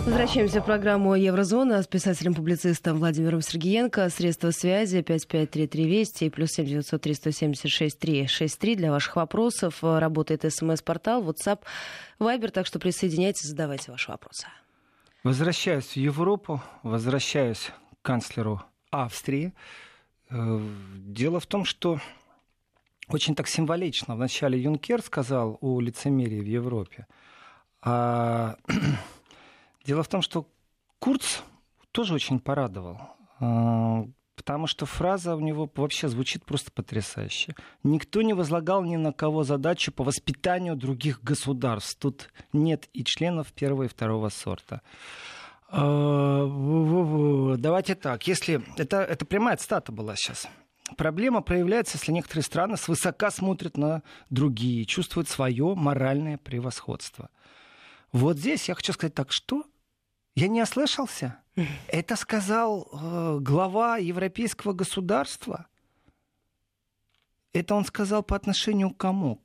Возвращаемся в программу «Еврозона» с писателем-публицистом Владимиром Сергеенко. Средства связи 553320 и +7 903 176 363 для ваших вопросов. Работает СМС-портал, WhatsApp, Viber, так что присоединяйтесь, задавайте ваши вопросы. Возвращаюсь в Европу, возвращаюсь к канцлеру Австрии. Дело в том, что очень так символично. Вначале Юнкер сказал о лицемерии в Европе. Дело в том, что Курц тоже очень порадовал, потому что фраза у него вообще звучит просто потрясающе. Никто не возлагал ни на кого задачу по воспитанию других государств. Тут нет и членов первого и второго сорта. Давайте так, если это прямая цитата была сейчас. Проблема проявляется, если некоторые страны свысока смотрят на другие, чувствуют свое моральное превосходство. Вот здесь я хочу сказать так, что я не ослышался. Это сказал глава европейского государства. Это он сказал по отношению к кому?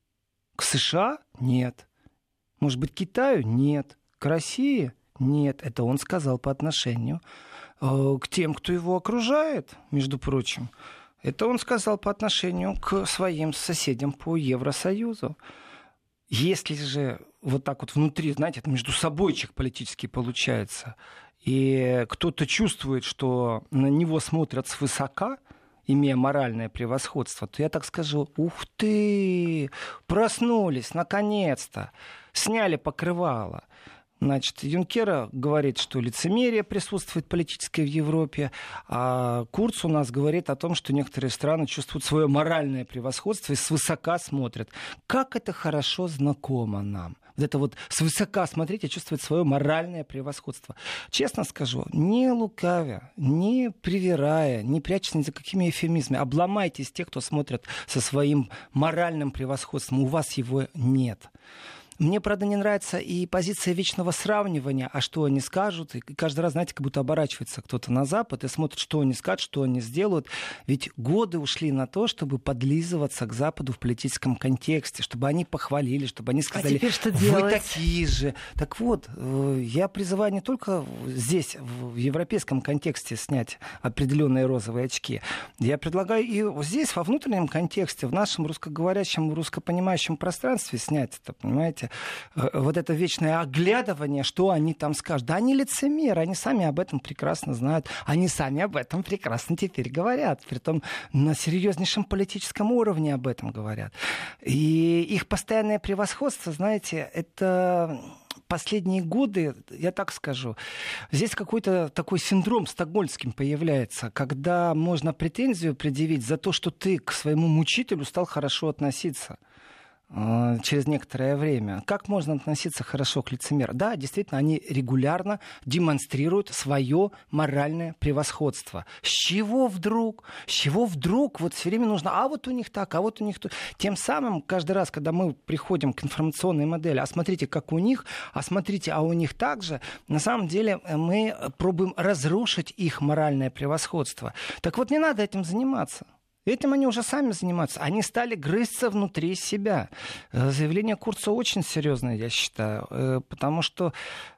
К США? Нет. Может быть, к Китаю? Нет. К России? Нет. Это он сказал по отношению к тем, кто его окружает, между прочим. Это он сказал по отношению к своим соседям по Евросоюзу. Если же вот так вот внутри, знаете, это между собойчик политически получается, и кто-то чувствует, что на него смотрят свысока, имея моральное превосходство, то я так скажу: ух ты, проснулись, наконец-то, сняли покрывало. Значит, Юнкер говорит, что лицемерие присутствует политическое в Европе, а Курц у нас говорит о том, что некоторые страны чувствуют свое моральное превосходство и свысока смотрят. Как это хорошо знакомо нам. Вот это вот свысока смотреть и чувствовать свое моральное превосходство. Честно скажу, не лукавя, не привирая, не прячась ни за какими эвфемизмами, обломайтесь тех, кто смотрит со своим моральным превосходством. У вас его нет. Мне, правда, не нравится и позиция вечного сравнивания, а что они скажут. И каждый раз, знаете, как будто оборачивается кто-то на Запад и смотрит, что они скажут, что они сделают. Ведь годы ушли на то, чтобы подлизываться к Западу в политическом контексте, чтобы они похвалили, чтобы они сказали: теперь что вы делать? такие же. Так вот, я призываю не только здесь, в европейском контексте, снять определенные розовые очки. Я предлагаю и здесь, во внутреннем контексте, в нашем русскоговорящем, русскопонимающем пространстве снять это, понимаете? Вот это вечное оглядывание, что они там скажут. Да они лицемеры, они сами об этом прекрасно знают. Они сами об этом прекрасно теперь говорят. Притом на серьезнейшем политическом уровне об этом говорят. И их постоянное превосходство, знаете, это... Последние годы, я так скажу, здесь какой-то такой синдром стокгольмским появляется, когда можно претензию предъявить за то, что ты к своему мучителю стал хорошо относиться через некоторое время. Как можно относиться хорошо к лицемеру? Да, действительно, они регулярно демонстрируют свое моральное превосходство. С чего вдруг? С чего вдруг вот все время нужно, а вот у них так, а вот у них то. Тем самым, каждый раз, когда мы приходим к информационной модели, а смотрите, как у них, а смотрите, а у них так же, на самом деле мы пробуем разрушить их моральное превосходство. Так вот, не надо этим заниматься. Этим они уже сами занимаются. Они стали грызться внутри себя. Заявление Курца очень серьезное, я считаю. Потому что,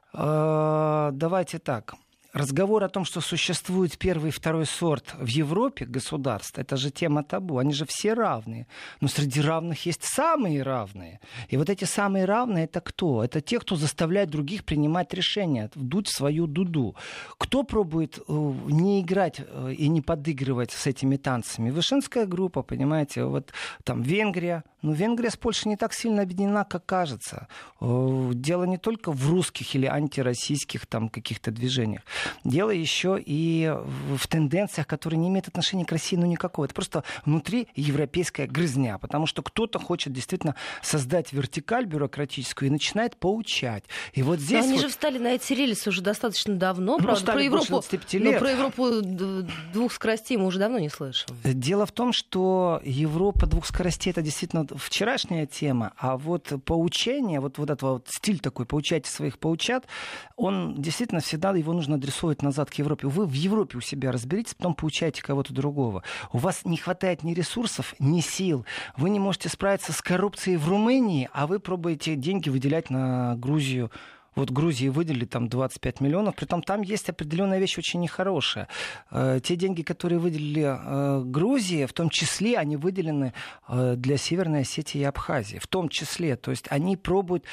давайте так, разговор о том, что существует первый и второй сорт в Европе государств, это же тема табу. Они же все равные. Но среди равных есть самые равные. И вот эти самые равные — это кто? Это те, кто заставляет других принимать решения, вдуть в свою дуду. Кто пробует не играть и не подыгрывать с этими танцами? Вышинская группа, понимаете, вот там Венгрия. Но Венгрия с Польшей не так сильно объединена, как кажется. Дело не только в русских или антироссийских там каких-то движениях. Дело еще и в тенденциях, которые не имеют отношения к России, ну никакого. Это просто внутри европейская грызня, потому что кто-то хочет действительно создать вертикаль бюрократическую и начинает поучать. И вот здесь... Но они вот... же встали на эти релисы уже достаточно давно. Ну, правда, про Европу, 25 лет. про Европу двух скоростей мы уже давно не слышим. Дело в том, что Европа двух скоростей — это действительно вчерашняя тема, а вот поучение, вот этот вот стиль такой «поучайте своих поучат», он действительно всегда, его нужно адресовать назад к Европе. Вы в Европе у себя разберитесь, потом поучайте кого-то другого. У вас не хватает ни ресурсов, ни сил. Вы не можете справиться с коррупцией в Румынии, а вы пробуете деньги выделять на Грузию. Вот Грузии выделили там 25 миллионов, притом там есть определенная вещь очень нехорошая. Те деньги, которые выделили Грузии, в том числе они выделены для Северной Осетии и Абхазии. В том числе. То есть они пробуют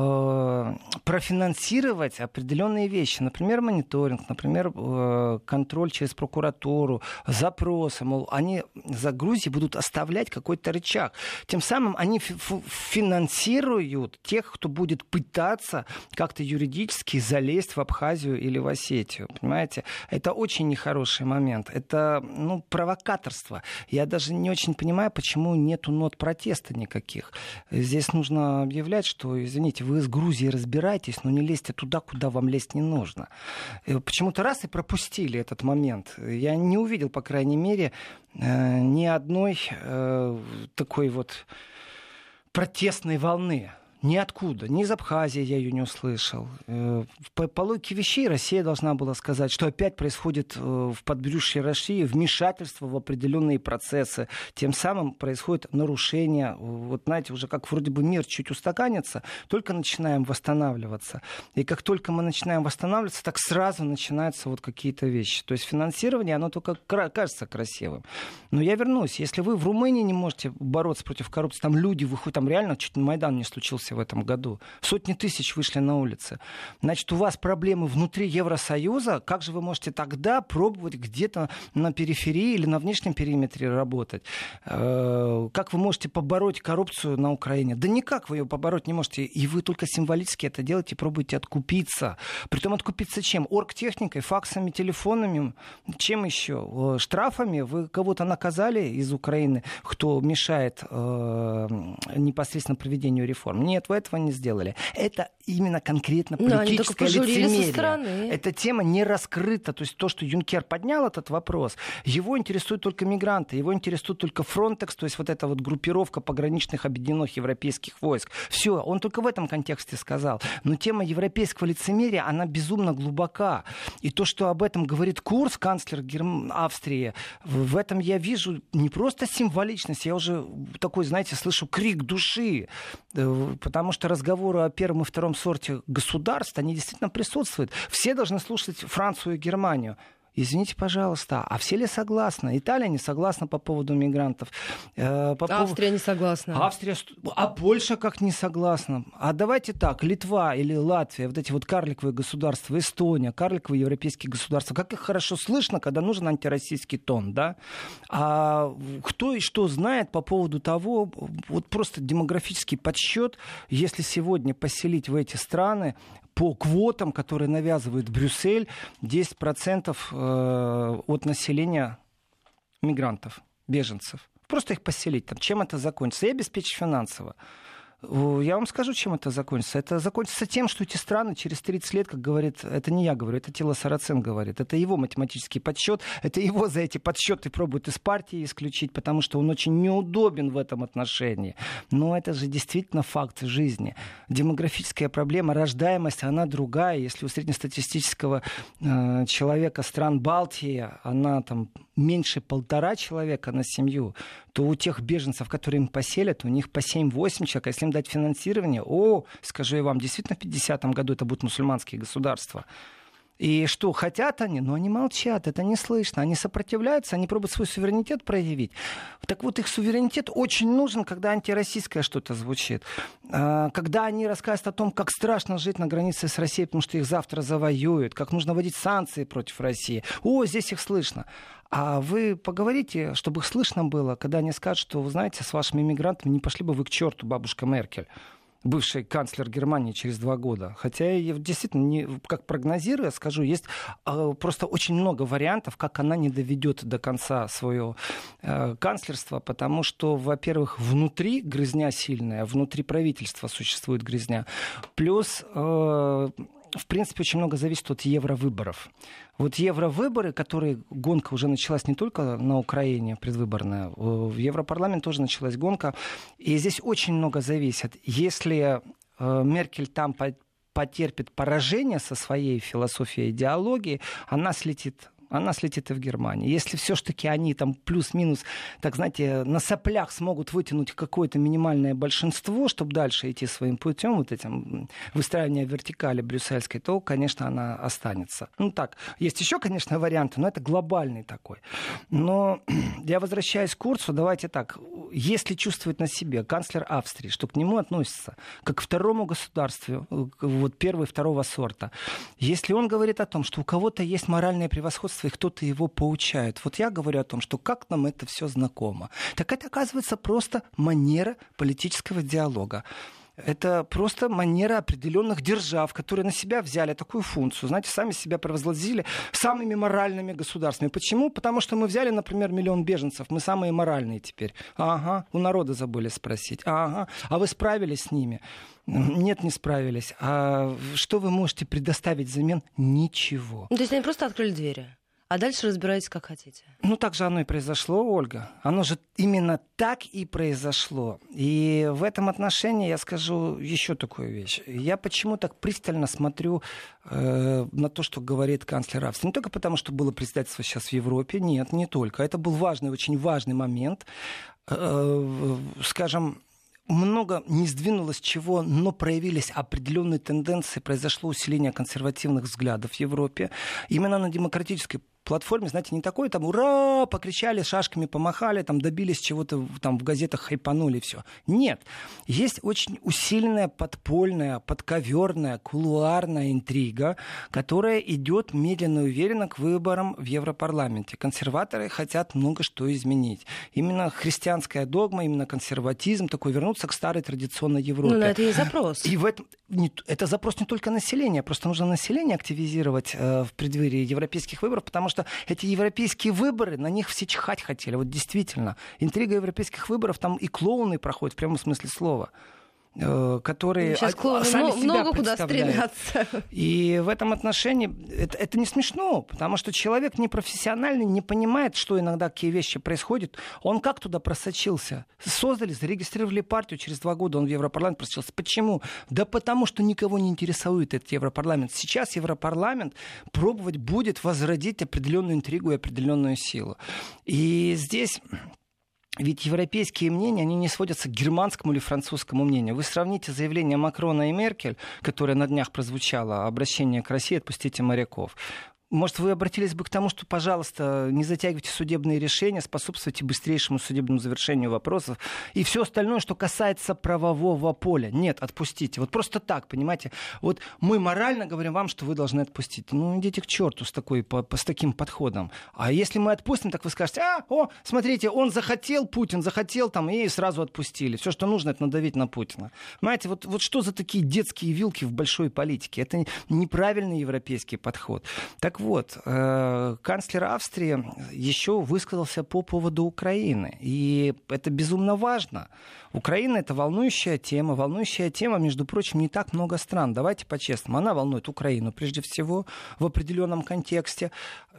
профинансировать определенные вещи. Например, мониторинг, например, контроль через прокуратуру, запросы. Мол, они за Грузией будут оставлять какой-то рычаг. Тем самым они финансируют тех, кто будет пытаться как-то юридически залезть в Абхазию или в Осетию. Понимаете? Это очень нехороший момент. Это провокаторство. Я даже не очень понимаю, почему нету нот протеста никаких. Здесь нужно объявлять, что, извините, вы с Грузией разбираетесь, но не лезьте туда, куда вам лезть не нужно. Почему-то раз и пропустили этот момент. Я не увидел, по крайней мере, ни одной такой вот протестной волны. Ниоткуда. Ни из Абхазии я ее не услышал. По логике вещей Россия должна была сказать, что опять происходит в подбрюшье России вмешательство в определенные процессы. Тем самым происходит нарушение. Вот знаете, уже как вроде бы мир чуть устаканится, только начинаем восстанавливаться. И как только мы начинаем восстанавливаться, так сразу начинаются вот какие-то вещи. То есть финансирование, оно только кажется красивым. Но я вернусь. Если вы в Румынии не можете бороться против коррупции, там люди выходят, там реально чуть Майдан не случился в этом году. Сотни тысяч вышли на улицы. Значит, у вас проблемы внутри Евросоюза. Как же вы можете тогда пробовать где-то на периферии или на внешнем периметре работать? Как вы можете побороть коррупцию на Украине? Да никак вы ее побороть не можете. И вы только символически это делаете, пробуете откупиться. Притом откупиться чем? Оргтехникой, факсами, телефонами. Чем еще? Штрафами? Вы кого-то наказали из Украины, кто мешает непосредственно проведению реформ? Нет, вы этого не сделали. Это именно конкретно политическое лицемерие. Эта тема не раскрыта. То есть то, что Юнкер поднял этот вопрос, его интересуют только мигранты, его интересует только Фронтекс, то есть вот эта вот группировка пограничных объединенных европейских войск. Все, он только в этом контексте сказал. Но тема европейского лицемерия, она безумно глубока. И то, что об этом говорит Курц, канцлер Австрии, в этом я вижу не просто символичность, я уже такой, знаете, слышу крик души. Потому что разговоры о первом и втором сорте государств, они действительно присутствуют. Все должны слушать Францию и Германию. Извините, пожалуйста, а все ли согласны? Италия не согласна по поводу мигрантов. Австрия не согласна. А Польша как не согласна? А давайте так, Литва или Латвия, вот эти вот карликовые государства, Эстония, карликовые европейские государства, как их хорошо слышно, когда нужен антироссийский тон, да? А кто и что знает по поводу того, вот просто демографический подсчет, если сегодня поселить в эти страны по квотам, которые навязывает Брюссель, 10% от населения мигрантов, беженцев. Просто их поселить там. Чем это закончится? И обеспечить финансово. Я вам скажу, чем это закончится. Это закончится тем, что эти страны через 30 лет, как говорит, это не я говорю, это Тило Сарацин говорит, это его математический подсчет, это его за эти подсчеты пробуют из партии исключить, потому что он очень неудобен в этом отношении. Но это же действительно факт жизни. Демографическая проблема, рождаемость, она другая. Если у среднестатистического человека стран Балтии, она там меньше 1,5 человека на семью, то у тех беженцев, которые им поселят, у них по 7-8 человек. А если им дать финансирование, скажу я вам, действительно в 50-м году это будут мусульманские государства. И что, хотят они? Но они молчат, это не слышно. Они сопротивляются, они пробуют свой суверенитет проявить. Так вот, их суверенитет очень нужен, когда антироссийское что-то звучит. Когда они рассказывают о том, как страшно жить на границе с Россией, потому что их завтра завоюют, как нужно вводить санкции против России. Здесь их слышно. А вы поговорите, чтобы их слышно было, когда они скажут, что, вы знаете, с вашими мигрантами не пошли бы вы к черту, бабушка Меркель, бывший канцлер Германии через 2 года. Хотя я действительно, как прогнозирую, скажу, есть просто очень много вариантов, как она не доведет до конца свое канцлерство, потому что, во-первых, внутри грызня сильная, внутри правительства существует грызня. Плюс в принципе, очень много зависит от евровыборов. Вот евровыборы, которые гонка уже началась не только на Украине, предвыборная, в Европарламент тоже началась гонка. И здесь очень много зависит. Если Меркель там потерпит поражение со своей философией, идеологией, она слетит она слетит и в Германию. Если все-таки они там плюс-минус, так знаете, на соплях смогут вытянуть какое-то минимальное большинство, чтобы дальше идти своим путем, вот этим выстраивания вертикали брюссельской, то, конечно, она останется. Ну так, есть еще, конечно, варианты, но это глобальный такой. Но я возвращаюсь к Курцу, давайте так, если чувствует на себе канцлер Австрии, что к нему относится как к второму государству, вот первого и второго сорта, если он говорит о том, что у кого-то есть моральное превосходство, и кто-то его поучает. Вот я говорю о том, что как нам это все знакомо. Так это, оказывается, просто манера политического диалога. Это просто манера определенных держав, которые на себя взяли такую функцию. Знаете, сами себя провозгласили самыми моральными государствами. Почему? Потому что мы взяли, например, 1 миллион беженцев. Мы самые моральные теперь. Ага, у народа забыли спросить. Ага, а вы справились с ними? Нет, не справились. А что вы можете предоставить взамен? Ничего. То есть они просто открыли двери? А дальше разбирайтесь, как хотите. Ну, так же оно и произошло, Ольга. Оно же именно так и произошло. И в этом отношении я скажу еще такую вещь. Я почему так пристально смотрю на то, что говорит канцлер Австрии. Не только потому, что было председательство сейчас в Европе. Нет, не только. Это был важный, очень важный момент. Скажем, много не сдвинулось чего, но проявились определенные тенденции, произошло усиление консервативных взглядов в Европе. Именно на демократической платформе, знаете, не такое там ура, покричали, шашками помахали, там добились чего-то, там в газетах хайпанули, все. Нет. Есть очень усиленная подпольная, подковерная, кулуарная интрига, которая идет медленно и уверенно к выборам в Европарламенте. Консерваторы хотят много что изменить. Именно христианская догма, именно консерватизм такой, вернуться к старой традиционной Европе. Ну, на это и запрос. И в этом это запрос не только населения, просто нужно население активизировать в преддверии европейских выборов, потому что эти европейские выборы, на них все чихать хотели. Вот действительно, интрига европейских выборов, там и клоуны проходят в прямом смысле слова, которые сейчас клоуны сами себя много куда представляют. стремятся. И в этом отношении это не смешно, потому что человек непрофессиональный, не понимает, что иногда какие вещи происходят. Он как туда просочился? Создали, зарегистрировали партию, через 2 года он в Европарламент просочился. Почему? Да потому что никого не интересует этот Европарламент. Сейчас Европарламент пробовать будет возродить определенную интригу и определенную силу. И здесь... Ведь европейские мнения, они не сводятся к германскому или французскому мнению. Вы сравните заявление Макрона и Меркель, которое на днях прозвучало, обращение к России «Отпустите моряков». Может, вы обратились бы к тому, что, пожалуйста, не затягивайте судебные решения, способствуйте быстрейшему судебному завершению вопросов. И все остальное, что касается правового поля. Нет, отпустите. Вот просто так, понимаете? Вот мы морально говорим вам, что вы должны отпустить. Ну, идите к черту с таким подходом. А если мы отпустим, так вы скажете, смотрите, он захотел, Путин захотел, там, и сразу отпустили. Все, что нужно, это надавить на Путина. Понимаете, вот что за такие детские вилки в большой политике? Это неправильный европейский подход. Так вот, канцлер Австрии еще высказался по поводу Украины. И это безумно важно. Украина — это волнующая тема. Волнующая тема, между прочим, не так много стран. Давайте по-честному. Она волнует Украину, прежде всего, в определенном контексте.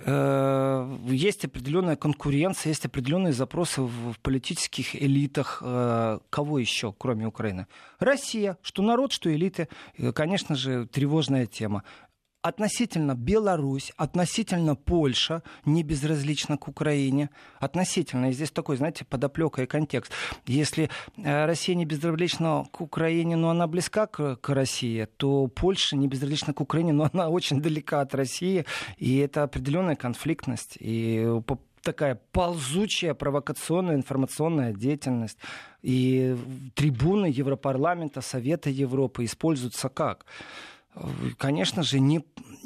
Есть определенная конкуренция, есть определенные запросы в политических элитах. Кого еще, кроме Украины? Россия. Что народ, что элиты. Конечно же, тревожная тема. Относительно Беларусь, относительно Польша не безразлична к Украине. Относительно, и здесь такой, знаете, подоплека и контекст. Если Россия не безразлична к Украине, но она близка к России, то Польша не безразлична к Украине, но она очень далека от России. И это определенная конфликтность. И такая ползучая провокационная информационная деятельность. И трибуны Европарламента, Совета Европы используются как? Конечно же, не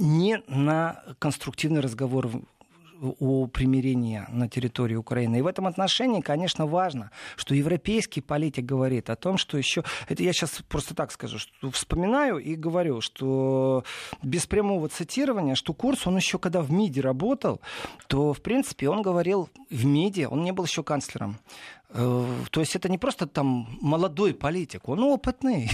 на конструктивный разговор о примирении на территории Украины. И в этом отношении, конечно, важно, что европейский политик говорит о том, что еще... Это я сейчас просто так скажу, что вспоминаю и говорю, что без прямого цитирования, что Курц, он еще когда в МИДе работал, то, в принципе, он говорил в МИДе, он не был еще канцлером. То есть это не просто там молодой политик, он опытный.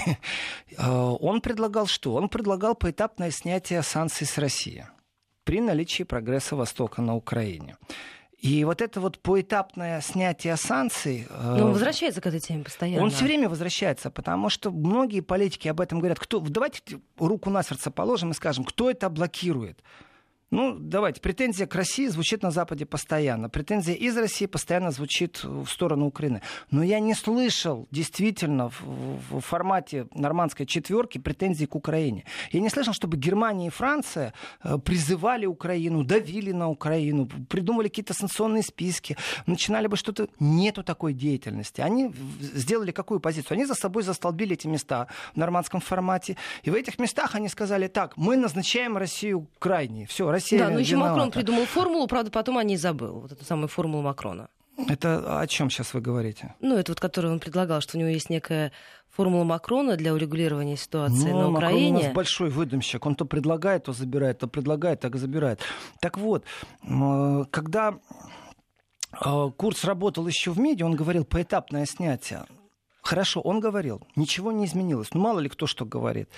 Он предлагал что? Он предлагал поэтапное снятие санкций с России при наличии прогресса Востока на Украине. И вот это вот поэтапное снятие санкций... Но он возвращается к этой теме постоянно. Он все время возвращается, потому что многие политики об этом говорят. Давайте руку на сердце положим и скажем, кто это блокирует? Ну, давайте, претензия к России звучит на Западе постоянно. Претензия из России постоянно звучит в сторону Украины. Но я не слышал действительно в формате нормандской четверки претензий к Украине. Я не слышал, чтобы Германия и Франция призывали Украину, давили на Украину, придумывали какие-то санкционные списки, начинали бы что-то. Нету такой деятельности. Они сделали какую позицию? Они за собой застолбили эти места в нормандском формате. И в этих местах они сказали: так, мы назначаем Россию крайней. Все, Россия да, но еще виновата. Макрон придумал формулу, правда, потом о ней забыл. Вот эту самую формулу Макрона. Это о чем сейчас вы говорите? Ну, это вот, которую он предлагал, что у него есть некая формула Макрона для урегулирования ситуации на Украине. Макрон у нас большой выдумщик. Он то предлагает, то забирает, то предлагает, так и забирает. Так вот, когда Курц работал еще в МИДе, он говорил поэтапное снятие. Хорошо, он говорил, ничего не изменилось. Ну, мало ли кто что говорит.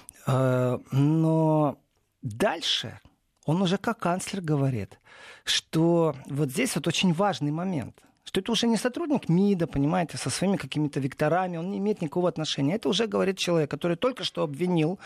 Но дальше он уже как канцлер говорит, что вот здесь вот очень важный момент, что это уже не сотрудник МИДа, понимаете, со своими какими-то векторами, он не имеет никакого отношения. Это уже говорит человек, который только что обвинил,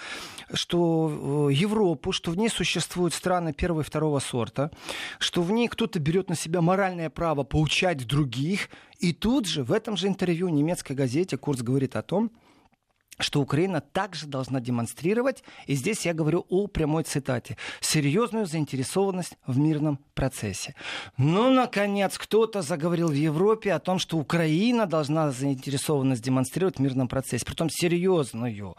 что Европу, что в ней существуют страны первого и второго сорта, что в ней кто-то берет на себя моральное право поучать других. И тут же, в этом же интервью немецкой газете Курц говорит о том, что Украина также должна демонстрировать, и здесь я говорю о прямой цитате, серьезную заинтересованность в мирном процессе. Ну, наконец, кто-то заговорил в Европе о том, что Украина должна заинтересованность демонстрировать в мирном процессе, притом серьезную.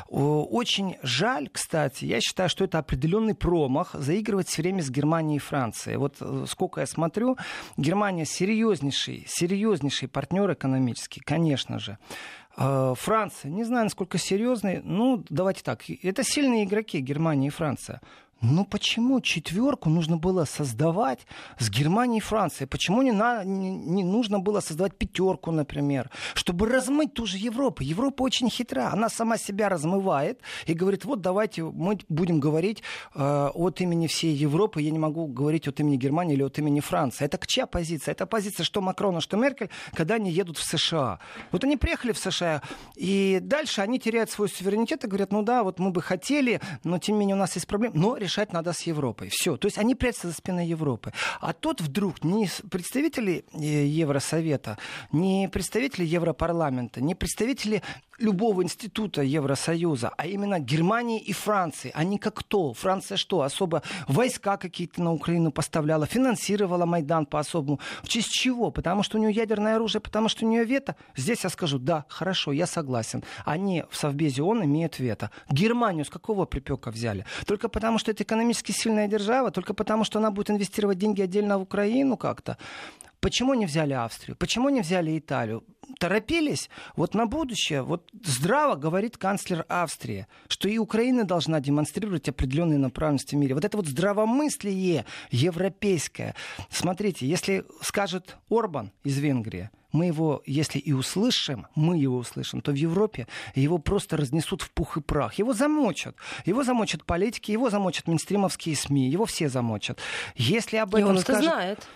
Очень жаль, кстати, я считаю, что это определенный промах заигрывать все время с Германией и Францией. Вот сколько я смотрю, Германия серьезнейший партнер экономический, конечно же. Франция, не знаю, насколько серьезный, ну, давайте так, это сильные игроки, Германия и Франция. Ну, почему четверку нужно было создавать с Германией и Францией? Почему не нужно было создавать пятерку, например, чтобы размыть ту же Европу? Европа очень хитра, она сама себя размывает и говорит, вот давайте мы будем говорить от имени всей Европы, я не могу говорить от имени Германии или от имени Франции. Это чья позиция? Это позиция что Макрона, что Меркель, когда они едут в США. Вот они приехали в США, и дальше они теряют свой суверенитет и говорят, ну да, вот мы бы хотели, но тем не менее у нас есть проблемы, но решать надо с Европой. Все. То есть они прячутся за спиной Европы. А тут вдруг не представители Евросовета, не представители Европарламента, не представители любого института Евросоюза, а именно Германии и Франции. Они как кто? Франция что? Особо войска какие-то на Украину поставляла, финансировала Майдан по-особому. В честь чего? Потому что у нее ядерное оружие, потому что у нее вето? Здесь я скажу, да, хорошо, я согласен. Они в Совбезе ООН имеют вето. Германию с какого припека взяли? Только потому, что это экономически сильная держава? Только потому, что она будет инвестировать деньги отдельно в Украину как-то? Почему не взяли Австрию? Почему не взяли Италию? Торопились? Вот на будущее, вот здраво говорит канцлер Австрии, что и Украина должна демонстрировать определенные направленности в мире. Вот это вот здравомыслие европейское. Смотрите, если скажет Орбан из Венгрии, мы его, если и услышим, то в Европе его просто разнесут в пух и прах. Его замочат. Его замочат политики, его замочат мейнстримовские СМИ, его все замочат. Если об этом скажет...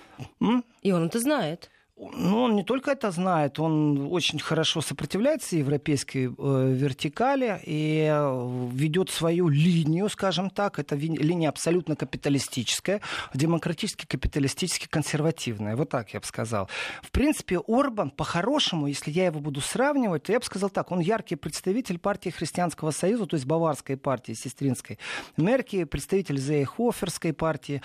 И он это знает. Ну, он не только это знает, он очень хорошо сопротивляется европейской вертикали и ведет свою линию, скажем так. Это линия абсолютно капиталистическая, демократически, капиталистически консервативная. Вот так я бы сказал. В принципе, Орбан, по-хорошему, если я его буду сравнивать, то я бы сказал так. Он яркий представитель партии Христианского союза, то есть баварской партии, сестринской. Меркель, представитель Зейхоферской партии.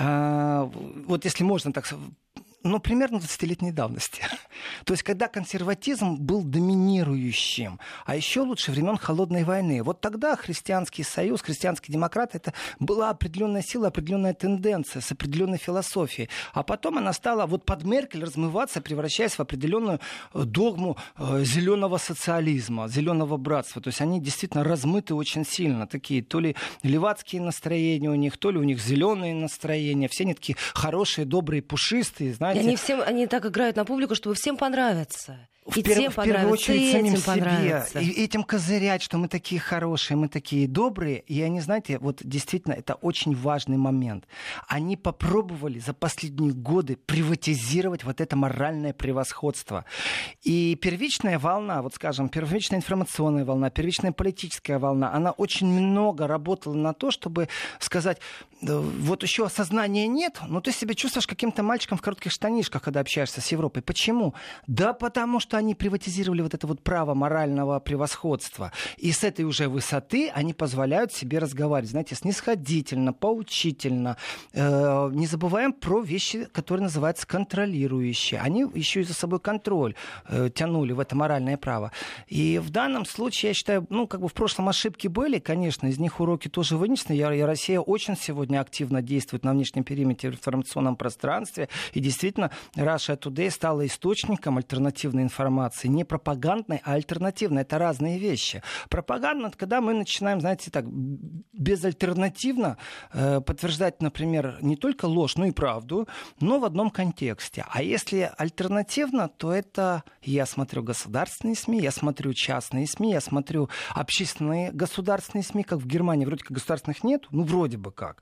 Вот если можно так сказать, ну, примерно 20-летней давности. То есть, когда консерватизм был доминирующим, а еще лучше времен Холодной войны. Вот тогда Христианский союз, христианские демократы, это была определенная сила, определенная тенденция с определенной философией. А потом она стала вот под Меркель размываться, превращаясь в определенную догму зеленого социализма, зеленого братства. То есть, они действительно размыты очень сильно. Такие то ли левацкие настроения у них, то ли у них зеленые настроения. Все они такие хорошие, добрые, пушистые, знаете. И они так играют на публику, чтобы всем понравиться. И тем в первую очередь и самим этим себе. понравится. И этим козырять, что мы такие хорошие, мы такие добрые. И они, знаете, вот действительно, это очень важный момент. Они попробовали за последние годы приватизировать вот это моральное превосходство. И первичная волна, вот скажем, первичная информационная волна, первичная политическая волна, она очень много работала на то, чтобы сказать, вот еще осознания нет, но ты себя чувствуешь каким-то мальчиком в коротких штанишках, когда общаешься с Европой. Почему? Да потому что они приватизировали вот это вот право морального превосходства. И с этой уже высоты они позволяют себе разговаривать, знаете, снисходительно, поучительно. Не забываем про вещи, которые называются контролирующие. Они еще и за собой контроль тянули в это моральное право. И в данном случае, я считаю, в прошлом ошибки были, конечно, из них уроки тоже вынесены. И Россия очень сегодня активно действует на внешнем периметре в информационном пространстве. И действительно, Russia Today стала источником альтернативной информации. Не пропагандной, а альтернативной. Это разные вещи. Пропаганда, когда мы начинаем, знаете, так, безальтернативно подтверждать, например, не только ложь, но и правду, но в одном контексте. А если альтернативно, то это я смотрю государственные СМИ, я смотрю частные СМИ, я смотрю общественные государственные СМИ, как в Германии вроде как государственных нет, вроде бы как.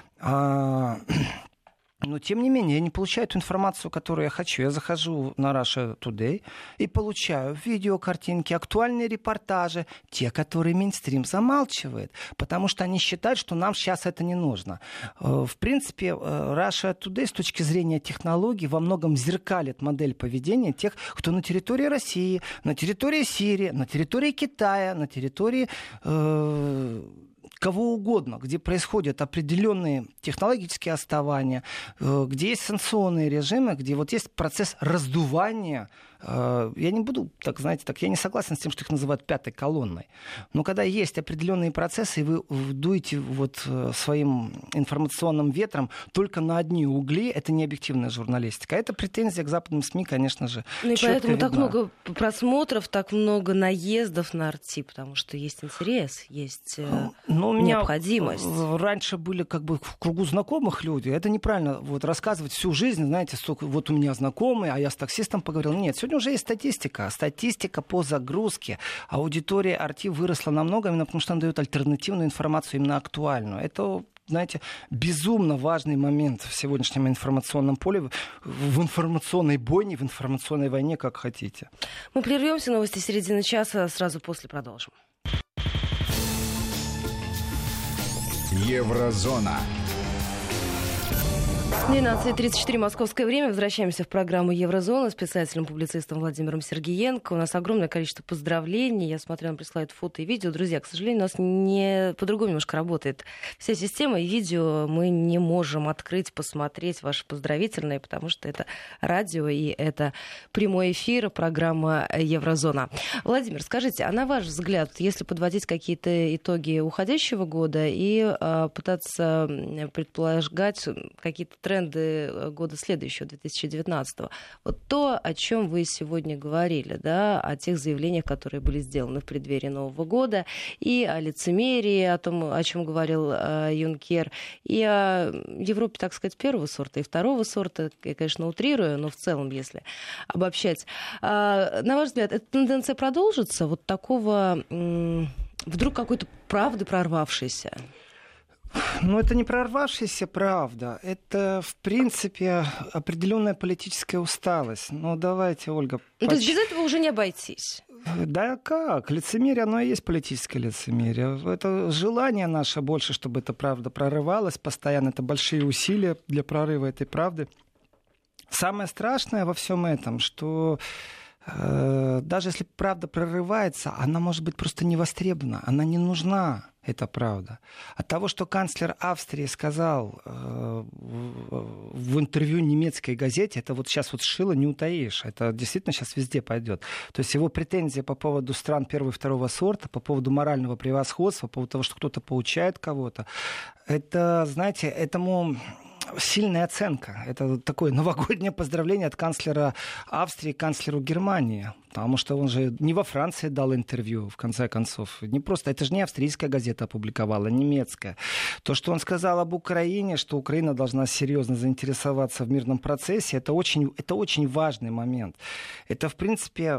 Но, тем не менее, я не получаю ту информацию, которую я хочу. Я захожу на Russia Today и получаю видео, картинки, актуальные репортажи, те, которые Минстрим замалчивает, потому что они считают, что нам сейчас это не нужно. В принципе, Russia Today с точки зрения технологий во многом зеркалит модель поведения тех, кто на территории России, на территории Сирии, на территории Китая, на территории кого угодно, где происходят определенные технологические отставания, где есть санкционные режимы, где вот есть процесс раздувания. Я не буду, я не согласен с тем, что их называют пятой колонной. Но когда есть определенные процессы, и вы дуете своим информационным ветром только на одни угли, это не объективная журналистика. Это претензия к западным СМИ, конечно же. И поэтому так много просмотров, так много наездов на RT, потому что есть интерес, есть необходимость. Раньше были в кругу знакомых люди. Это неправильно рассказывать всю жизнь, знаете, столько, вот у меня знакомый, а я с таксистом поговорил. Нет, сегодня уже есть статистика. Статистика по загрузке. Аудитория RT выросла намного, именно потому что она дает альтернативную информацию, именно актуальную. Это, знаете, безумно важный момент в сегодняшнем информационном поле, в информационной бойне, в информационной войне, как хотите. Мы прервемся, новости середины часа, сразу после продолжим. Еврозона. 12:34 московское время. Возвращаемся в программу «Еврозона» с писателем-публицистом Владимиром Сергиенко. У нас огромное количество поздравлений. Я смотрю, нам присылают фото и видео. Друзья, к сожалению, у нас по-другому немножко работает вся система. И видео мы не можем открыть, посмотреть ваши поздравительные, потому что это радио и это прямой эфир, программа «Еврозона». Владимир, скажите, а на ваш взгляд, если подводить какие-то итоги уходящего года и пытаться предполагать какие-то тренды года следующего, 2019-го. Вот то, о чем вы сегодня говорили, да, о тех заявлениях, которые были сделаны в преддверии Нового года, и о лицемерии, о том, о чем говорил Юнкер, и о Европе, так сказать, первого сорта и второго сорта. Я, конечно, утрирую, но в целом, если обобщать. На ваш взгляд, эта тенденция продолжится? Вот такого вдруг какой-то правды прорвавшейся? Это не прорвавшаяся правда. Это, в принципе, определенная политическая усталость. Давайте, Ольга... То есть без этого уже не обойтись? Да как? Лицемерие, оно и есть политическое лицемерие. Это желание наше больше, чтобы эта правда прорывалась постоянно. Это большие усилия для прорыва этой правды. Самое страшное во всем этом, что... даже если правда прорывается, она может быть просто не востребована, она не нужна, эта правда. От того, что канцлер Австрии сказал в интервью немецкой газете, это сейчас шило не утаишь, это действительно сейчас везде пойдет. То есть его претензия по поводу стран первого и второго сорта, по поводу морального превосходства, по поводу того, что кто-то поучает кого-то, это, знаете, этому сильная оценка. Это такое новогоднее поздравление от канцлера Австрии к канцлеру Германии. Потому что он же не во Франции дал интервью, в конце концов. Не просто, это же не австрийская газета опубликовала, а немецкая. То, что он сказал об Украине, что Украина должна серьезно заинтересоваться в мирном процессе, это очень важный момент. Это, в принципе,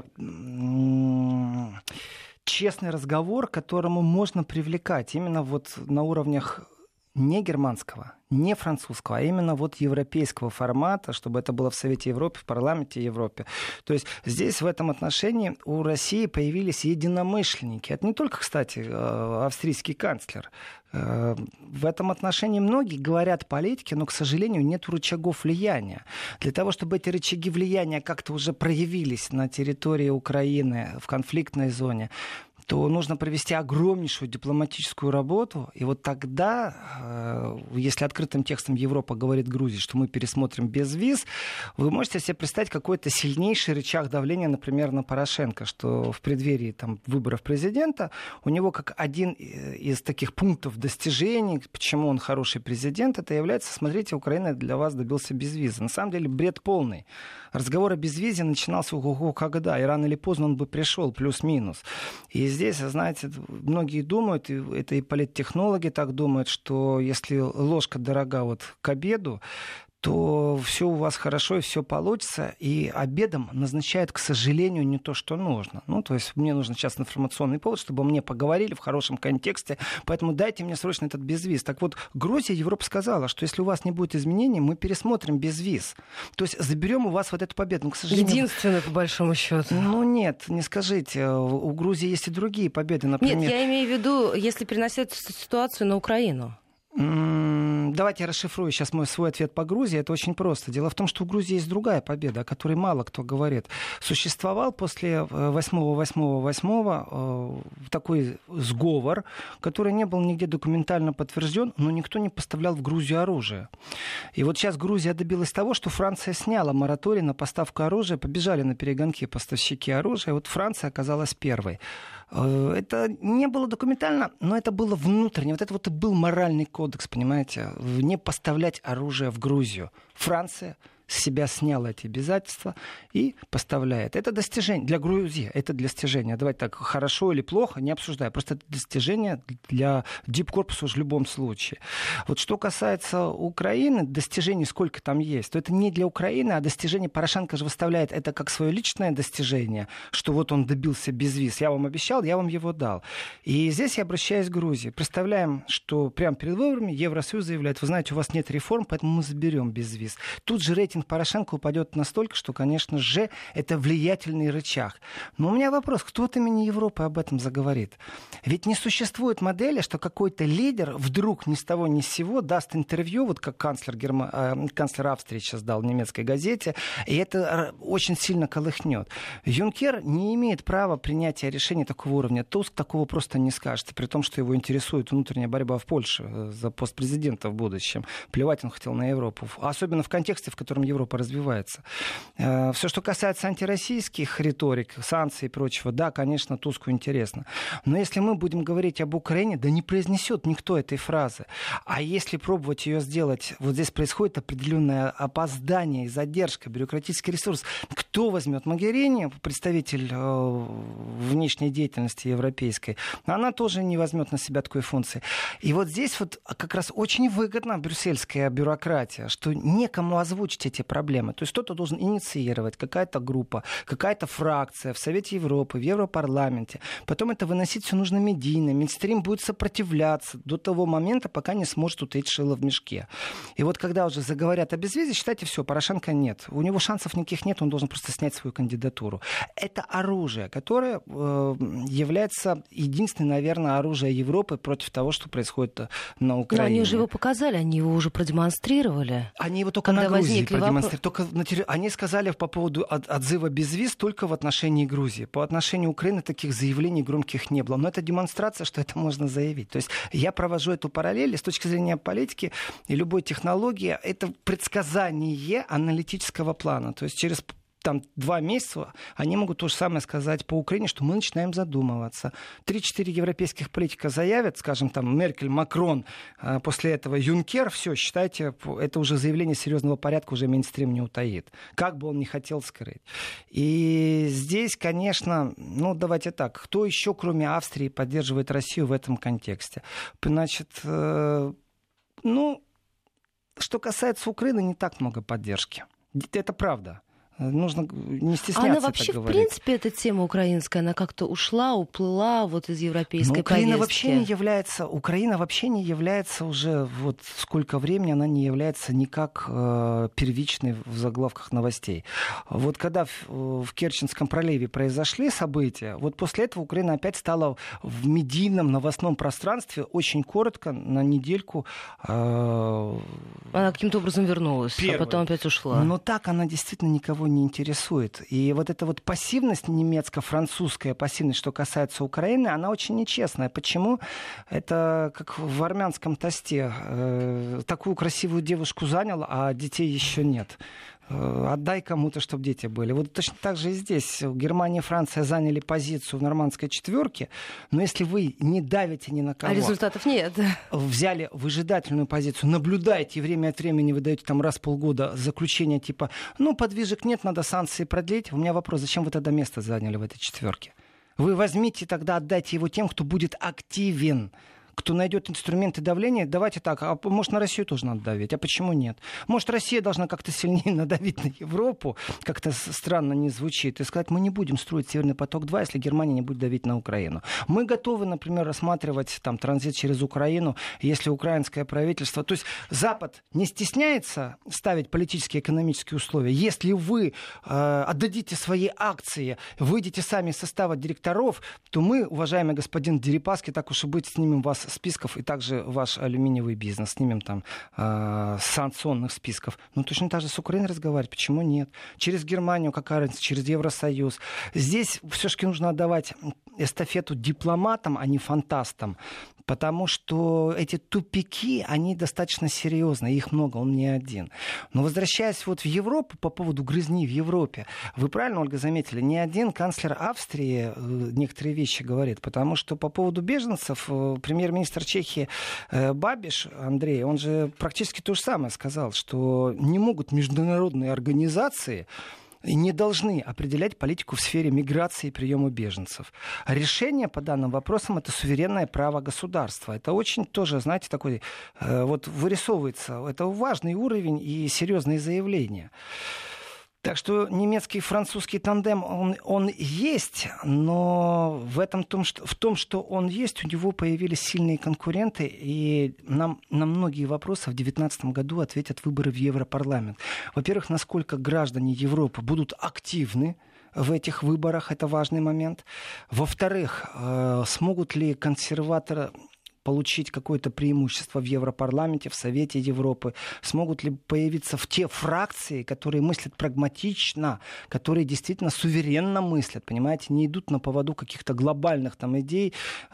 честный разговор, к которому можно привлекать именно вот на уровнях не германского, не французского, а именно вот европейского формата, чтобы это было в Совете Европы, в парламенте Европы. То есть здесь в этом отношении у России появились единомышленники. Это не только, кстати, австрийский канцлер. В этом отношении многие говорят политики, но, к сожалению, нет рычагов влияния. Для того, чтобы эти рычаги влияния как-то уже проявились на территории Украины, в конфликтной зоне, то нужно провести огромнейшую дипломатическую работу. И вот тогда, если открытым текстом Европа говорит Грузии, что мы пересмотрим без виз, вы можете себе представить какой-то сильнейший рычаг давления, например, на Порошенко, что в преддверии там, выборов президента у него как один из таких пунктов достижений, почему он хороший президент, это является, смотрите, Украина для вас добился без визы. На самом деле бред полный. Разговор о безвизе начинался ого-го когда, и рано или поздно он бы пришел, плюс-минус. И здесь, знаете, многие думают, и это и политтехнологи так думают, что если ложка дорога вот к обеду, то все у вас хорошо и все получится, и обедом назначают, к сожалению, не то, что нужно. Ну, то есть мне нужен сейчас информационный повод, чтобы мне поговорили в хорошем контексте, поэтому дайте мне срочно этот безвиз. Так вот, Грузия, Европа сказала, что если у вас не будет изменений, мы пересмотрим безвиз. То есть заберем у вас вот эту победу. Но, к сожалению... Единственное, по большому счету. Ну, нет, не скажите. У Грузии есть и другие победы, например... Нет, я имею в виду, если переносить ситуацию на Украину. Давайте я расшифрую сейчас мой свой ответ по Грузии. Это очень просто. Дело в том, что у Грузии есть другая победа, о которой мало кто говорит. Существовал после 8.8.8 такой сговор, который не был нигде документально подтвержден, но никто не поставлял в Грузию оружие. И вот сейчас Грузия добилась того, что Франция сняла мораторий на поставку оружия, побежали на перегонки поставщики оружия, и вот Франция оказалась первой. Это не было документально, но это было внутренне. Вот это вот и был моральный кодекс, понимаете, не поставлять оружие в Грузию. Франция с себя сняла эти обязательства и поставляет. Это достижение для Грузии, это достижение. Давайте так, хорошо или плохо, не обсуждаю. Просто это достижение для дипкорпуса в любом случае. Вот что касается Украины, достижений сколько там есть, то это не для Украины, а достижение Порошенко же выставляет это как свое личное достижение, что вот он добился без виз. Я вам обещал, я вам его дал. И здесь я обращаюсь к Грузии. Представляем, что прямо перед выборами Евросоюз заявляет, вы знаете, у вас нет реформ, поэтому мы заберем без виз. Тут же рейтинг Порошенко упадет настолько, что, конечно же, это влиятельный рычаг. Но у меня вопрос, кто от имени Европы об этом заговорит? Ведь не существует модели, что какой-то лидер вдруг ни с того ни с сего даст интервью, вот как канцлер Австрии сейчас дал в немецкой газете, и это очень сильно колыхнет. Юнкер не имеет права принятия решений такого уровня. Туск такого просто не скажет, при том, что его интересует внутренняя борьба в Польше за пост президента в будущем. Плевать он хотел на Европу. Особенно в контексте, в котором Европа развивается. Все, что касается антироссийских риторик, санкций и прочего, да, конечно, Туску интересно. Но если мы будем говорить об Украине, да не произнесет никто этой фразы. А если пробовать ее сделать, вот здесь происходит определенное опоздание и задержка, бюрократический ресурс. Кто возьмет? Могерини, представитель внешней деятельности европейской, она тоже не возьмет на себя такой функции. И вот здесь вот как раз очень выгодна брюссельская бюрократия, что некому озвучить эти проблемы. То есть кто-то должен инициировать, какая-то группа, какая-то фракция в Совете Европы, в Европарламенте. Потом это выносить все нужно медийно. Минстрим будет сопротивляться до того момента, пока не сможет утаить шило в мешке. И вот когда уже заговорят о безвизе, считайте, все, Порошенко нет. У него шансов никаких нет, он должен просто снять свою кандидатуру. Это оружие, которое является единственным, наверное, оружием Европы против того, что происходит на Украине. Но они уже его показали, они его уже продемонстрировали. Они его только на Грузии продемонстрировали. Только они сказали по поводу отзыва без виз только в отношении Грузии. По отношению Украины таких заявлений громких не было. Но это демонстрация, что это можно заявить. То есть я провожу эту параллель, и с точки зрения политики и любой технологии, это предсказание аналитического плана. То есть через там 2 месяца, они могут то же самое сказать по Украине, что мы начинаем задумываться. 3-4 европейских политика заявят, скажем, там Меркель, Макрон, после этого Юнкер, все, считайте, это уже заявление серьезного порядка, уже мейнстрим не утаит. Как бы он ни хотел скрыть. И здесь, конечно, давайте так, кто еще, кроме Австрии, поддерживает Россию в этом контексте? Значит, что касается Украины, не так много поддержки. Это правда. Нужно не стесняться. Она вообще, в принципе, эта тема украинская, она как-то уплыла вот из европейской Украина повестки. Украина вообще не является уже, вот сколько времени она не является никак первичной в заглавках новостей. Вот когда в Керченском проливе произошли события, вот после этого Украина опять стала в медийном новостном пространстве очень коротко, на недельку. Она каким-то образом вернулась, а потом опять ушла. Но так она действительно никого не интересует. И вот эта вот пассивность немецко-французская пассивность, что касается Украины, она очень нечестная. Почему? Это как в армянском тосте. Такую красивую девушку занял, а детей еще нет. Отдай кому-то, чтобы дети были. Вот точно так же и здесь. Германия и Франция заняли позицию в нормандской четверке, но если вы не давите ни на кого... А результатов нет. Взяли выжидательную позицию, наблюдаете, и время от времени вы даете там раз в полгода заключение типа, подвижек нет, надо санкции продлить. У меня вопрос, зачем вы тогда место заняли в этой четверке? Вы возьмите тогда, отдайте его тем, кто будет активен, кто найдет инструменты давления. Давайте так, а может, на Россию тоже надо давить? А почему нет? Может, Россия должна как-то сильнее надавить на Европу, как-то странно не звучит, и сказать, мы не будем строить Северный поток-2, если Германия не будет давить на Украину. Мы готовы, например, рассматривать там транзит через Украину, если украинское правительство... То есть Запад не стесняется ставить политические и экономические условия. Если вы отдадите свои акции, выйдете сами из состава директоров, то мы, уважаемый господин Дерипаски, так уж и быть, снимем вас списков, и также ваш алюминиевый бизнес, снимем там с санкционных списков. Точно так же с Украиной разговаривать. Почему нет? Через Германию, какая разница, через Евросоюз. Здесь все-таки нужно отдавать эстафету дипломатам, а не фантастам. Потому что эти тупики, они достаточно серьезные, их много, он не один. Но возвращаясь вот в Европу, по поводу грызни в Европе, вы правильно, Ольга, заметили, ни один канцлер Австрии некоторые вещи говорит, потому что по поводу беженцев премьер-министр Чехии Бабиш Андрей, он же практически то же самое сказал, что не могут международные организации не должны определять политику в сфере миграции и приема беженцев. А решение по данным вопросам — это суверенное право государства. Это очень тоже, знаете, такой вот вырисовывается. Это важный уровень и серьезные заявления. Так что немецкий и французский тандем, он есть, но в том, что он есть, у него появились сильные конкуренты, и нам на многие вопросы в 2019 году ответят выборы в Европарламент. Во-первых, насколько граждане Европы будут активны в этих выборах, это важный момент. Во-вторых, смогут ли консерваторы получить какое-то преимущество в Европарламенте, в Совете Европы? Смогут ли появиться в те фракции, которые мыслят прагматично, которые действительно суверенно мыслят, понимаете, не идут на поводу каких-то глобальных там идей,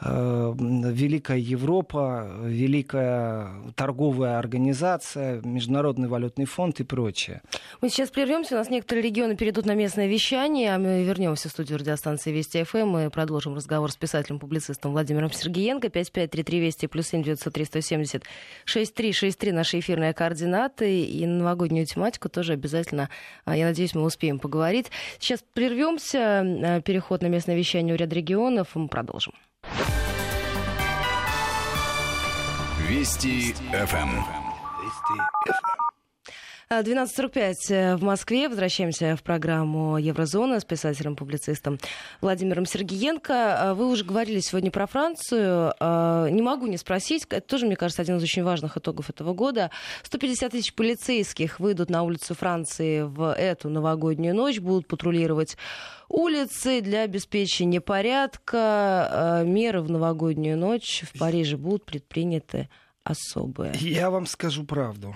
Великая Европа, Великая торговая организация, Международный валютный фонд и прочее. Мы сейчас прервемся, у нас некоторые регионы перейдут на местное вещание, а мы вернемся в студию радиостанции Вести ФМ и продолжим разговор с писателем-публицистом Владимиром Сергиенко. 5533 Вести +7 903 170 6363 наши эфирные координаты. И на новогоднюю тематику тоже обязательно, я надеюсь, мы успеем поговорить. Сейчас прервемся. Переход на местное вещание у ряда регионов. Мы продолжим. Вести ФМ. 12:45 в Москве. Возвращаемся в программу «Еврозона» с писателем-публицистом Владимиром Сергиенко. Вы уже говорили сегодня про Францию. Не могу не спросить. Это тоже, мне кажется, один из очень важных итогов этого года. 150 тысяч полицейских выйдут на улицы Франции в эту новогоднюю ночь. Будут патрулировать улицы для обеспечения порядка. Меры в новогоднюю ночь в Париже будут предприняты особые. Я вам скажу правду.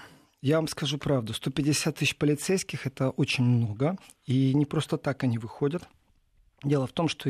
150 тысяч полицейских — это очень много. И не просто так они выходят. Дело в том, что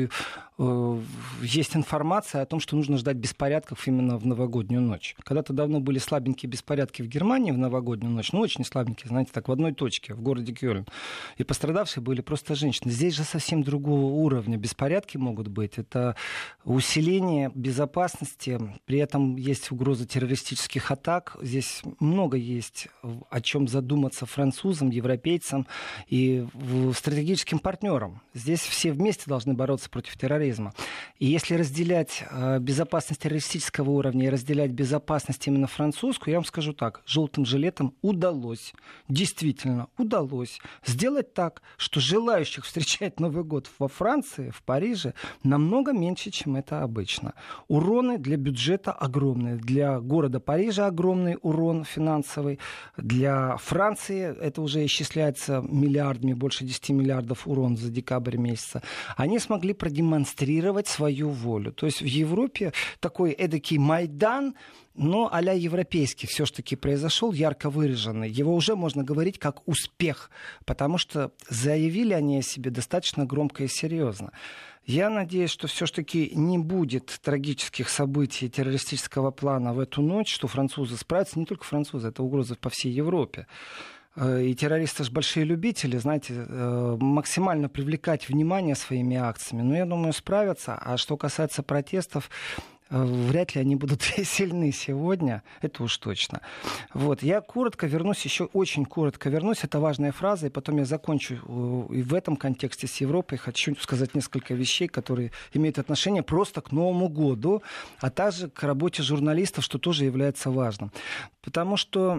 есть информация о том, что нужно ждать беспорядков именно в новогоднюю ночь. Когда-то давно были слабенькие беспорядки в Германии в новогоднюю ночь, ну, очень слабенькие, знаете, так, в одной точке, в городе Кёльн. И пострадавшие были просто женщины. Здесь же совсем другого уровня беспорядки могут быть. Это усиление безопасности, при этом есть угроза террористических атак. Здесь много есть о чем задуматься французам, европейцам и стратегическим партнерам. Здесь все вместе должны бороться против терроризма. И если разделять безопасность террористического уровня и разделять безопасность именно французскую, я вам скажу так, желтым жилетам удалось, действительно удалось сделать так, что желающих встречать Новый год во Франции, в Париже, намного меньше, чем это обычно. Уроны для бюджета огромные. Для города Парижа огромный урон финансовый. Для Франции это уже исчисляется миллиардами, больше 10 миллиардов урон за декабрь месяца. Они смогли продемонстрировать свою волю. То есть в Европе такой эдакий Майдан, но а-ля европейский все-таки произошел, ярко выраженный. Его уже можно говорить как успех, потому что заявили они о себе достаточно громко и серьезно. Я надеюсь, что все-таки не будет трагических событий террористического плана в эту ночь, что французы справятся, не только французы, это угроза по всей Европе. И террористы же большие любители, знаете, максимально привлекать внимание своими акциями. Но я думаю, справятся. А что касается протестов, вряд ли они будут сильны сегодня. Это уж точно. Вот. Я коротко вернусь, еще очень коротко вернусь. Это важная фраза, и потом я закончу и в этом контексте с Европой. Хочу сказать несколько вещей, которые имеют отношение просто к Новому году, а также к работе журналистов, что тоже является важным. Потому что...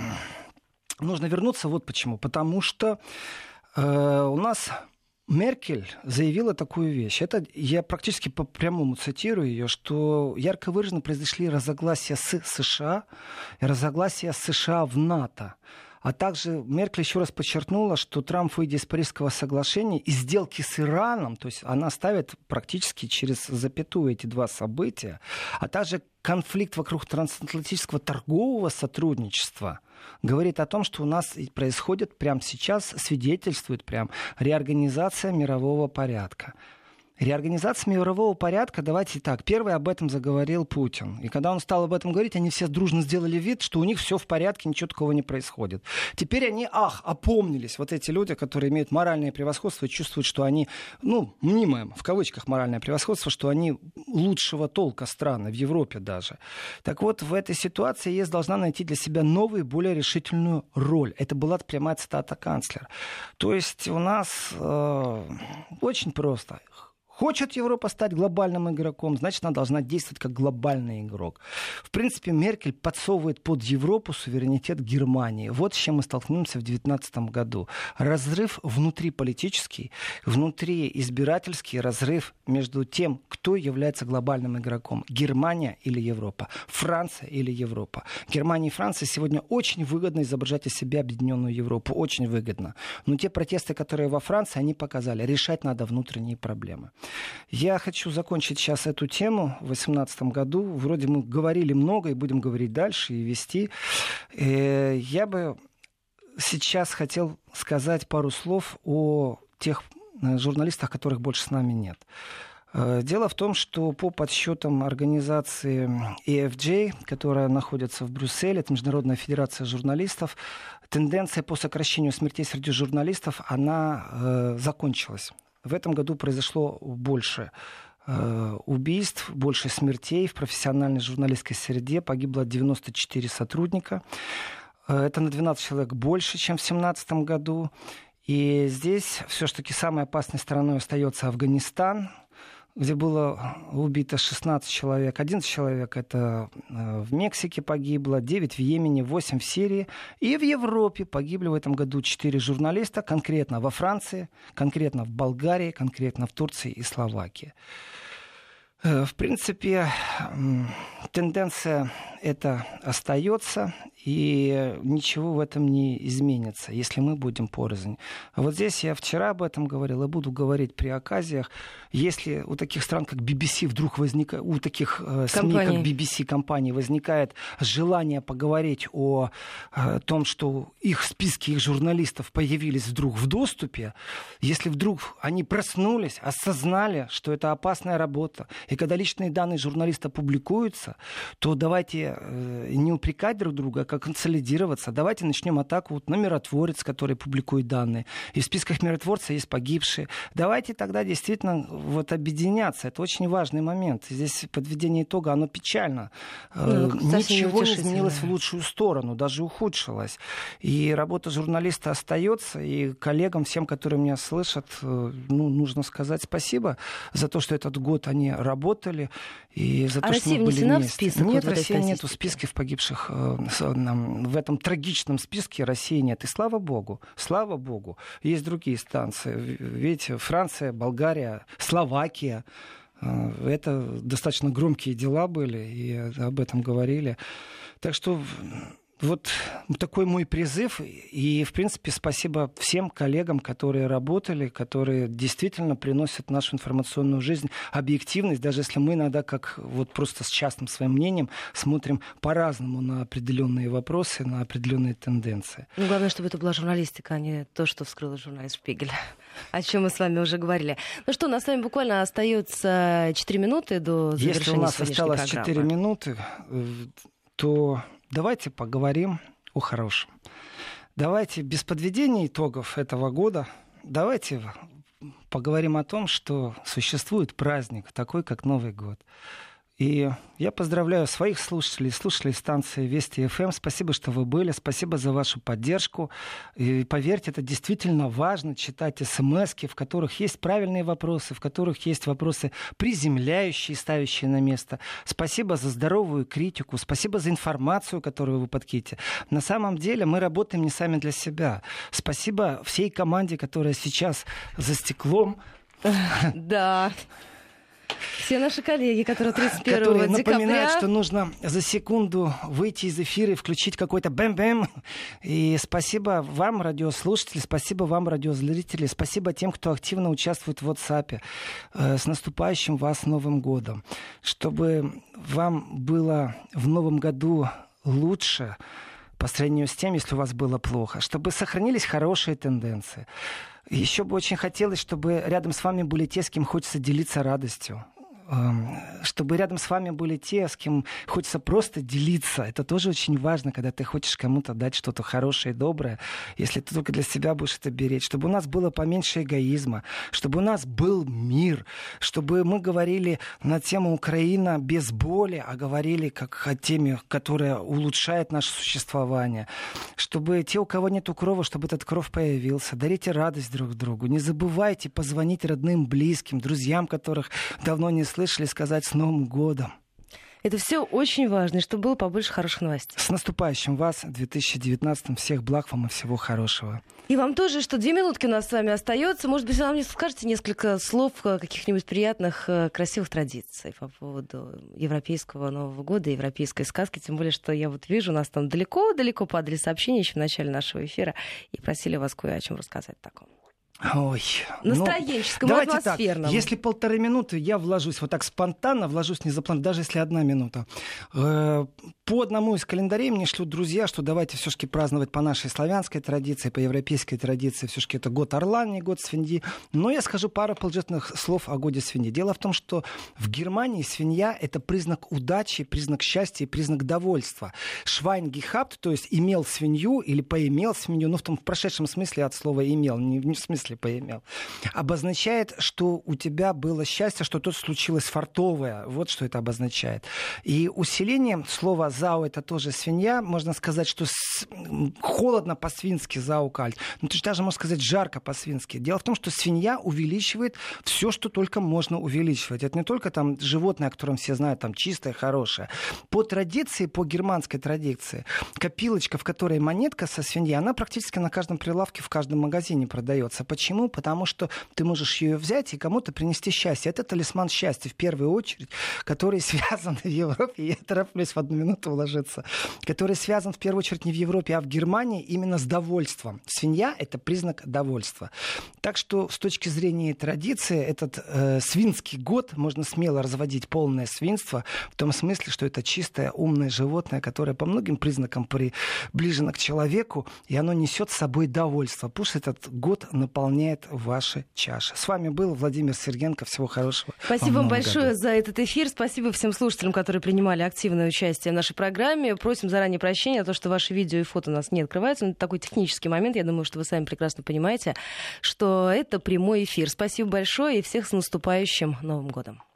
Нужно вернуться вот почему. Потому что у нас Меркель заявила такую вещь. Это я практически по прямому цитирую ее, что ярко выраженно произошли разногласия с США и разногласия с США в НАТО. А также Меркель еще раз подчеркнула, что Трамп, выйдя из Парижского соглашения и сделки с Ираном, то есть она ставит практически через запятую эти два события, а также конфликт вокруг трансатлантического торгового сотрудничества, говорит о том, что у нас происходит прямо сейчас, свидетельствует прям реорганизация мирового порядка. Реорганизация мирового порядка, давайте так, первый об этом заговорил Путин. И когда он стал об этом говорить, они все дружно сделали вид, что у них все в порядке, ничего такого не происходит. Теперь они, опомнились, вот эти люди, которые имеют моральное превосходство и чувствуют, что они, мнимое, в кавычках, моральное превосходство, что они лучшего толка страны, в Европе даже. Так вот, в этой ситуации ЕС должна найти для себя новую, более решительную роль. Это была прямая цитата канцлера. То есть у нас очень просто. Хочет Европа стать глобальным игроком, значит, она должна действовать как глобальный игрок. В принципе, Меркель подсовывает под Европу суверенитет Германии. Вот с чем мы столкнемся в 2019 году. Разрыв внутриполитический, внутриизбирательский разрыв между тем, кто является глобальным игроком. Германия или Европа, Франция или Европа. Германии и Франции сегодня очень выгодно изображать из себя объединенную Европу. Очень выгодно. Но те протесты, которые во Франции, они показали, решать надо внутренние проблемы. Я хочу закончить сейчас эту тему в 2018 году. Вроде мы говорили много и будем говорить дальше и вести. Я бы сейчас хотел сказать пару слов о тех журналистах, которых больше с нами нет. Дело в том, что по подсчетам организации EFJ, которая находится в Брюсселе, это Международная федерация журналистов, тенденция по сокращению смертей среди журналистов, она закончилась. В этом году произошло больше убийств, больше смертей в профессиональной журналистской среде. Погибло 94 сотрудника. Это на 12 человек больше, чем в 2017 году. И здесь все-таки самой опасной стороной остается Афганистан, где было убито 16 человек. 11 человек это в Мексике погибло, 9 в Йемене, 8 в Сирии. И в Европе погибли в этом году 4 журналиста, конкретно во Франции, конкретно в Болгарии, конкретно в Турции и Словакии. В принципе, тенденция эта остается, и ничего в этом не изменится, если мы будем порознь. Вот здесь я вчера об этом говорил и буду говорить при оказиях. Если у таких стран, как BBC, вдруг возникает, у таких СМИ, как BBC, компаний, возникает желание поговорить о том, что их списки, их журналистов появились вдруг в доступе, если вдруг они проснулись, осознали, что это опасная работа, и когда личные данные журналиста публикуются, то давайте не упрекать друг друга, а как консолидироваться. Давайте начнем атаку вот на миротворец, который публикует данные. И в списках миротворца есть погибшие. Давайте тогда действительно вот объединяться. Это очень важный момент. Здесь подведение итога, оно печально. Ничего не изменилось в лучшую сторону, даже ухудшилось. И работа журналиста остается. И коллегам, всем, которые меня слышат, нужно сказать спасибо за то, что этот год они работали. И за то, что мы были вместе. В список? Нет, вот России нет в списке погибших. В этом трагичном списке России нет. И слава богу, есть другие станции. Ведь Франция, Болгария, Словакия. Это достаточно громкие дела были, и об этом говорили. Так что вот такой мой призыв. И, в принципе, спасибо всем коллегам, которые работали, которые действительно приносят в нашу информационную жизнь объективность, даже если мы иногда, как вот просто с частным своим мнением, смотрим по-разному на определенные вопросы, на определенные тенденции. Главное, чтобы это была журналистика, а не то, что вскрыла журналист «Шпигель», о чем мы с вами уже говорили. Ну что, у нас с вами буквально остается 4 минуты до завершения сегодняшней программы. Если у нас осталось 4 минуты, то давайте поговорим о хорошем. Давайте без подведения итогов этого года, давайте поговорим о том, что существует праздник, такой как Новый год. И я поздравляю своих слушателей станции Вести ФМ. Спасибо, что вы были. Спасибо за вашу поддержку. И поверьте, это действительно важно читать смски, в которых есть правильные вопросы, в которых есть вопросы приземляющие, ставящие на место. Спасибо за здоровую критику. Спасибо за информацию, которую вы подкинете. На самом деле мы работаем не сами для себя. Спасибо всей команде, которая сейчас за стеклом. Да. Все наши коллеги, которые 31 которые декабря... напоминают, что нужно за секунду выйти из эфира и включить какой-то бэм-бэм. И спасибо вам, радиослушатели, спасибо вам, радиозрители, спасибо тем, кто активно участвует в WhatsApp. С наступающим вас Новым годом. Чтобы вам было в Новом году лучше по сравнению с тем, если у вас было плохо. Чтобы сохранились хорошие тенденции. Еще бы очень хотелось, чтобы рядом с вами были те, с кем хочется делиться радостью. Чтобы рядом с вами были те, с кем хочется просто делиться. Это тоже очень важно, когда ты хочешь кому-то дать что-то хорошее и доброе, если ты только для себя будешь это беречь. Чтобы у нас было поменьше эгоизма, чтобы у нас был мир, чтобы мы говорили на тему Украина без боли, а говорили как о теме, которая улучшает наше существование. Чтобы те, у кого нет крова, чтобы этот кров появился. Дарите радость друг другу. Не забывайте позвонить родным, близким, друзьям, которых давно не слышали, сказать с Новым годом. Это все очень важно, и чтобы было побольше хороших новостей. С наступающим вас, 2019-м. Всех благ вам и всего хорошего. И вам тоже, что 2 минутки у нас с вами остается. Может быть, вы нам не скажете несколько слов каких-нибудь приятных, красивых традиций по поводу европейского Нового года, европейской сказки. Тем более, что я вот вижу, нас там далеко-далеко падали сообщения еще в начале нашего эфира и просили вас кое о чем рассказать такому. Ой, настроенческом, атмосферном. Так, если 1,5 минуты, я вложусь вот так спонтанно, вложусь не запланированно, даже если 1 минута. По одному из календарей мне шлют друзья, что давайте все-таки праздновать по нашей славянской традиции, по европейской традиции. Все-таки это год орла, не год свиньи. Но я скажу пару положительных слов о годе свиньи. Дело в том, что в Германии свинья — это признак удачи, признак счастья и признак довольства. Schwein gehabt, то есть имел свинью или поимел свинью, ну в том в прошедшем смысле от слова имел, не в смысле поимел, обозначает, что у тебя было счастье, что тут случилось фартовое. Вот что это обозначает. И усиление слова зау — это тоже свинья. Можно сказать, что холодно по-свински заукальт. Ну, то есть даже, можно сказать, жарко по-свински. Дело в том, что свинья увеличивает все, что только можно увеличивать. Это не только там животное, о котором все знают, там чистое, хорошее. По традиции, по германской традиции, копилочка, в которой монетка со свиньей, она практически на каждом прилавке, в каждом магазине продается. Почему? Потому что ты можешь ее взять и кому-то принести счастье. Это талисман счастья, в первую очередь, который связан в Европе, я тороплюсь в 1 минуту уложиться, который связан в первую очередь не в Европе, а в Германии именно с довольством. Свинья — это признак довольства. Так что с точки зрения традиции этот свинский год можно смело разводить полное свинство, в том смысле, что это чистое, умное животное, которое по многим признакам приближено к человеку, и оно несет с собой довольство. Пусть этот год наполняет ваши чаши. С вами был Владимир Сергенко. Всего хорошего. Спасибо вам большое за этот эфир. Спасибо всем слушателям, которые принимали активное участие в нашей программе. Просим заранее прощения за то, что ваши видео и фото у нас не открываются. Но это такой технический момент. Я думаю, что вы сами прекрасно понимаете, что это прямой эфир. Спасибо большое и всех с наступающим Новым годом.